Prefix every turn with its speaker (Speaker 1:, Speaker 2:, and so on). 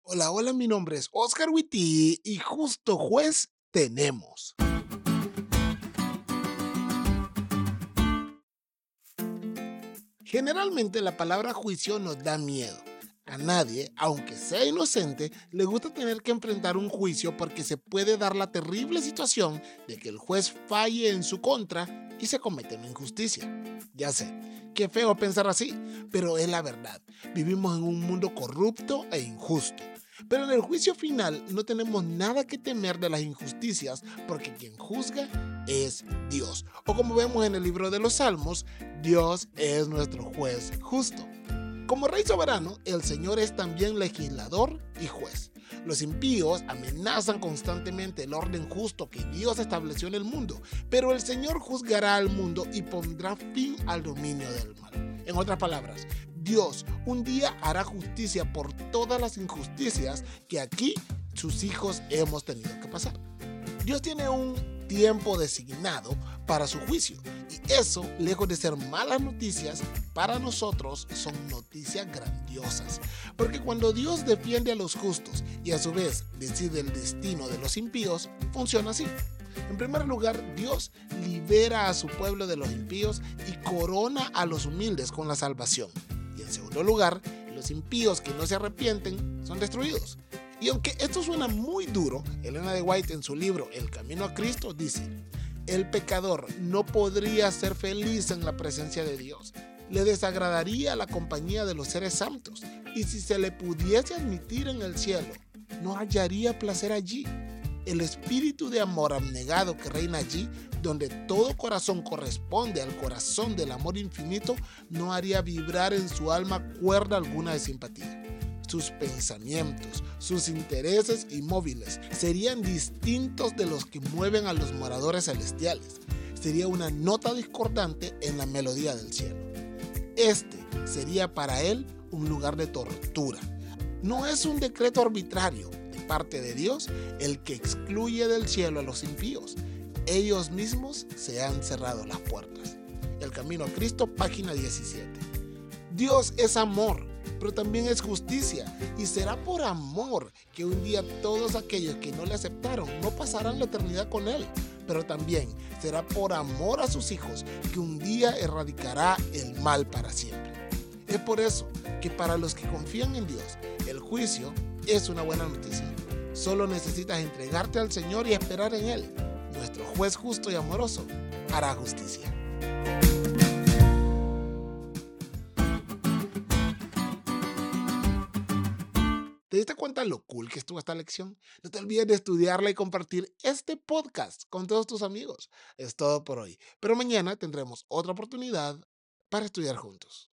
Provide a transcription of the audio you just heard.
Speaker 1: Hola, hola, mi nombre es Oscar Witty y justo juez tenemos. Generalmente la palabra juicio nos da miedo. A nadie, aunque sea inocente, le gusta tener que enfrentar un juicio porque se puede dar la terrible situación de que el juez falle en su contra y se comete una injusticia. Ya sé, qué feo pensar así, pero es la verdad. Vivimos en un mundo corrupto e injusto. Pero en el juicio final no tenemos nada que temer de las injusticias porque quien juzga es Dios. O como vemos en el libro de los Salmos, Dios es nuestro juez justo. Como rey soberano, el Señor es también legislador y juez. Los impíos amenazan constantemente el orden justo que Dios estableció en el mundo, pero el Señor juzgará al mundo y pondrá fin al dominio del mal. En otras palabras, Dios un día hará justicia por todas las injusticias que aquí sus hijos hemos tenido que pasar. Dios tiene un tiempo designado para su juicio y eso, lejos de ser malas noticias, para nosotros son noticias grandiosas. Porque cuando Dios defiende a los justos y a su vez decide el destino de los impíos, funciona así. En primer lugar, Dios libera a su pueblo de los impíos y corona a los humildes con la salvación. Y en segundo lugar, los impíos que no se arrepienten son destruidos. Y aunque esto suena muy duro, Elena de White en su libro El Camino a Cristo dice: el pecador no podría ser feliz en la presencia de Dios. Le desagradaría la compañía de los seres santos. Y si se le pudiese admitir en el cielo, no hallaría placer allí. El espíritu de amor abnegado que reina allí, donde todo corazón corresponde al corazón del amor infinito, no haría vibrar en su alma cuerda alguna de simpatía. Sus pensamientos, sus intereses inmóviles serían distintos de los que mueven a los moradores celestiales. Sería una nota discordante en la melodía del cielo. Este sería para él un lugar de tortura. No es un decreto arbitrario de parte de Dios el que excluye del cielo a los impíos. Ellos mismos se han cerrado las puertas. El Camino a Cristo, página 17. Dios es amor, pero también es justicia, y será por amor que un día todos aquellos que no le aceptaron no pasarán la eternidad con Él, pero también será por amor a sus hijos que un día erradicará el mal para siempre. Es por eso que para los que confían en Dios, el juicio es una buena noticia. Solo necesitas entregarte al Señor y esperar en Él. Nuestro juez justo y amoroso hará justicia. ¿Te diste cuenta lo cool que estuvo esta lección? No te olvides de estudiarla y compartir este podcast con todos tus amigos. Es todo por hoy, pero mañana tendremos otra oportunidad para estudiar juntos.